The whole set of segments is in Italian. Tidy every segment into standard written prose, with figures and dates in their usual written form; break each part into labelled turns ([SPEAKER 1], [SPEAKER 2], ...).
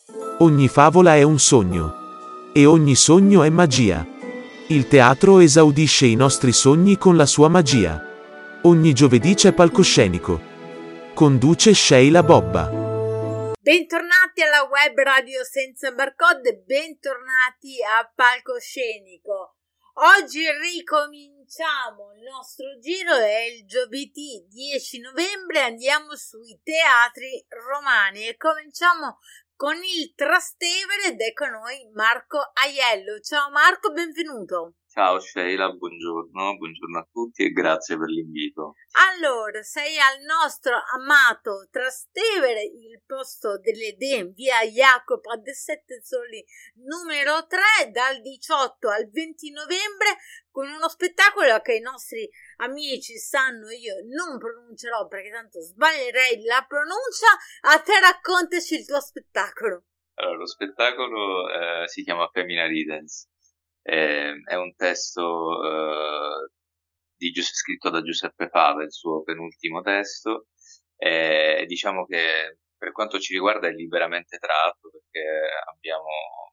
[SPEAKER 1] Ogni favola è un sogno. E ogni sogno è magia. Il teatro esaudisce i nostri sogni con la sua magia. Ogni giovedì c'è palcoscenico. Conduce Sheila Bobba.
[SPEAKER 2] Bentornati alla web radio senza barcode, bentornati a Palcoscenico. Oggi ricominciamo il nostro giro, è il giovedì 10 novembre, andiamo sui teatri romani e cominciamo con il Trastevere ed è con noi Marco Aiello. Ciao Marco, benvenuto.
[SPEAKER 3] Ciao Sheila, buongiorno a tutti e grazie per l'invito.
[SPEAKER 2] Allora, sei al nostro amato Trastevere, il posto dell'Eden, via Jacopo de Settezoli numero 3, dal 18 al 20 novembre, con uno spettacolo che i nostri amici sanno, io non pronuncerò perché tanto sbaglierei la pronuncia. A te raccontaci il tuo spettacolo.
[SPEAKER 3] Allora, lo spettacolo si chiama Femina Ridens. È un testo scritto da Giuseppe Fava, il suo penultimo testo. Diciamo che per quanto ci riguarda è liberamente tratto, perché abbiamo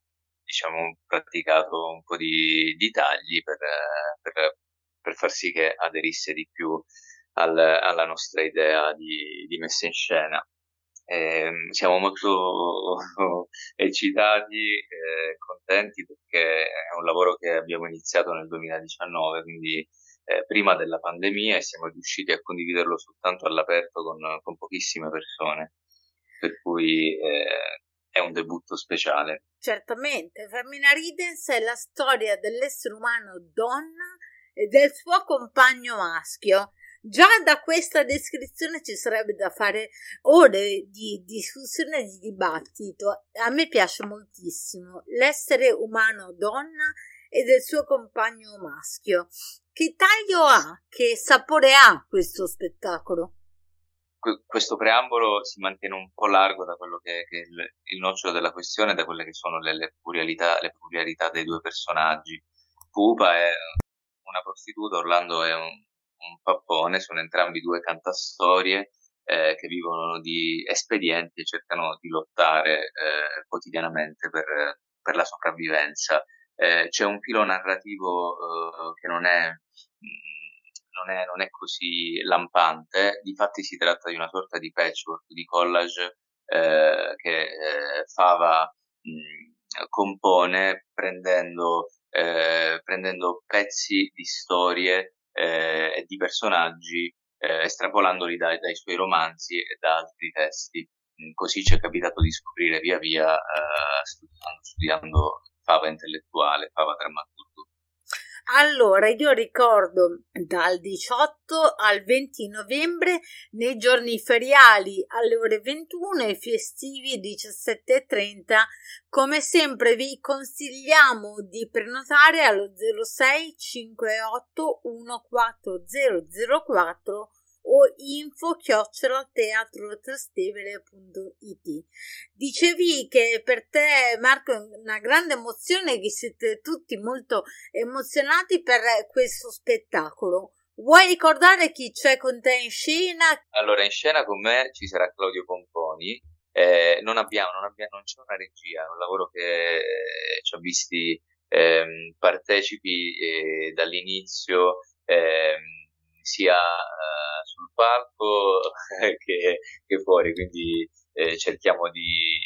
[SPEAKER 3] praticato un po' di tagli per far sì che aderisse di più alla nostra idea di messa in scena. Siamo molto eccitati e contenti perché è un lavoro che abbiamo iniziato nel 2019, quindi prima della pandemia, e siamo riusciti a condividerlo soltanto all'aperto con pochissime persone, per cui è un debutto speciale.
[SPEAKER 2] Certamente, Femina Ridens è la storia dell'essere umano donna e del suo compagno maschio. Già da questa descrizione ci sarebbe da fare ore di discussione e di dibattito. A me piace moltissimo l'essere umano donna e del suo compagno maschio. Che taglio ha? Che sapore ha questo spettacolo?
[SPEAKER 3] Questo preambolo si mantiene un po' largo da quello che è il nocciolo della questione, da quelle che sono le peculiarità dei due personaggi. Pupa è una prostituta, Orlando è un pappone, sono entrambi due cantastorie che vivono di espedienti e cercano di lottare quotidianamente per la sopravvivenza. C'è un filo narrativo che non è così lampante. Difatti si tratta di una sorta di patchwork, di collage che Fava compone prendendo pezzi di storie e di personaggi, estrapolandoli dai suoi romanzi e da altri testi. Così ci è capitato di scoprire via via studiando Fava intellettuale, Fava drammaturgo.
[SPEAKER 2] Allora, io ricordo dal 18 al 20 novembre, nei giorni feriali alle ore 21 e festivi 17:30. Come sempre vi consigliamo di prenotare allo 06 58 14004 o info@teatrotrastevere.it. Dicevi che per te, Marco, è una grande emozione, che siete tutti molto emozionati per questo spettacolo. Vuoi ricordare chi c'è con te in scena?
[SPEAKER 3] Allora, in scena con me ci sarà Claudio Pomponi. Non c'è una regia, è un lavoro che ci ha visti partecipi dall'inizio, sia sul palco che fuori, quindi cerchiamo di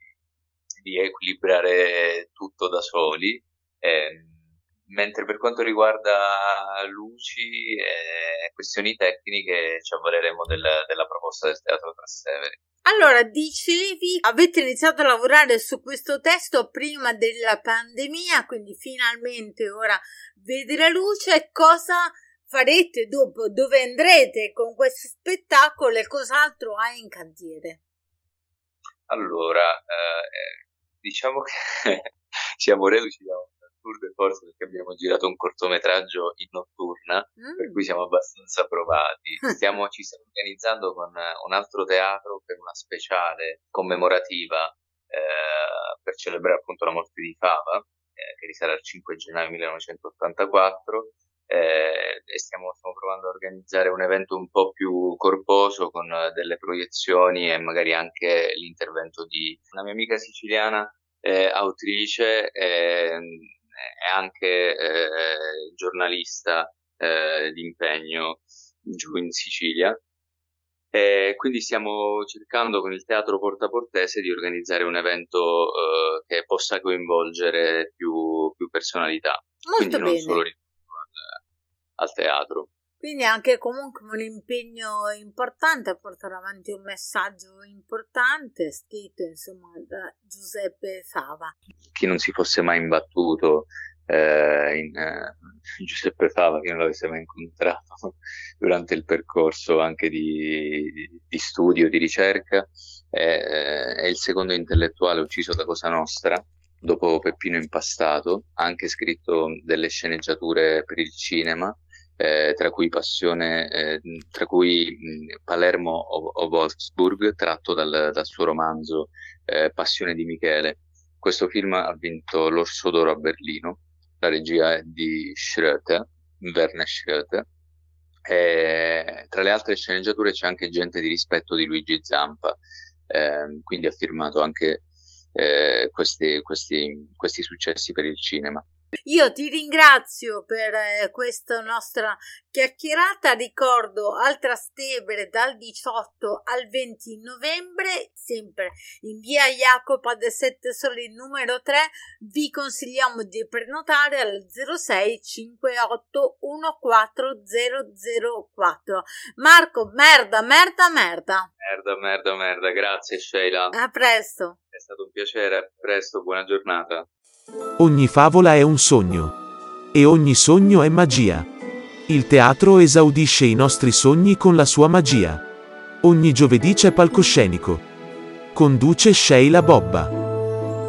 [SPEAKER 3] equilibrare tutto da soli. Mentre per quanto riguarda luci e questioni tecniche ci avvaleremo della proposta del Teatro Trastevere.
[SPEAKER 2] Allora, dicevi, avete iniziato a lavorare su questo testo prima della pandemia, quindi finalmente ora vede la luce. Cosa farete dopo? Dove andrete con questo spettacolo e cos'altro hai in cantiere?
[SPEAKER 3] Allora, diciamo che siamo reduci da un tour de force, perché abbiamo girato un cortometraggio in notturna, per cui siamo abbastanza provati. Ci stiamo organizzando con un altro teatro per una speciale commemorativa per celebrare appunto la morte di Fava, che risale al 5 gennaio 1984. e stiamo provando a organizzare un evento un po' più corposo con delle proiezioni e magari anche l'intervento di una mia amica siciliana, autrice e anche giornalista di impegno giù in Sicilia. Quindi stiamo cercando con il Teatro Portaportese di organizzare un evento che possa coinvolgere più personalità.
[SPEAKER 2] Molto
[SPEAKER 3] quindi non
[SPEAKER 2] bene.
[SPEAKER 3] solo al teatro.
[SPEAKER 2] Quindi anche comunque un impegno importante a portare avanti un messaggio importante scritto insomma da Giuseppe Fava.
[SPEAKER 3] Chi non si fosse mai imbattuto in Giuseppe Fava, chi non l'avesse mai incontrato durante il percorso anche di studio, di ricerca, è il secondo intellettuale ucciso da Cosa Nostra, dopo Peppino Impastato. Ha anche scritto delle sceneggiature per il cinema, tra cui Palermo o Wolfsburg, tratto dal suo romanzo Passione di Michele. Questo film ha vinto l'Orso d'Oro a Berlino, la regia è di Werner Schröter, e tra le altre sceneggiature c'è anche Gente di rispetto di Luigi Zampa, quindi ha firmato anche questi successi per il cinema.
[SPEAKER 2] Io ti ringrazio per questa nostra chiacchierata. Ricordo al Trastevere dal 18 al 20 novembre, sempre in via Jacopo de Sette Soli numero 3. Vi consigliamo di prenotare al 06 58 14004. Marco, merda, grazie Sheila. A presto.
[SPEAKER 3] È stato un piacere, a presto, buona giornata.
[SPEAKER 1] Ogni favola è un sogno. E ogni sogno è magia. Il teatro esaudisce i nostri sogni con la sua magia. Ogni giovedì c'è Palcoscenico. Conduce Sheila Bobba.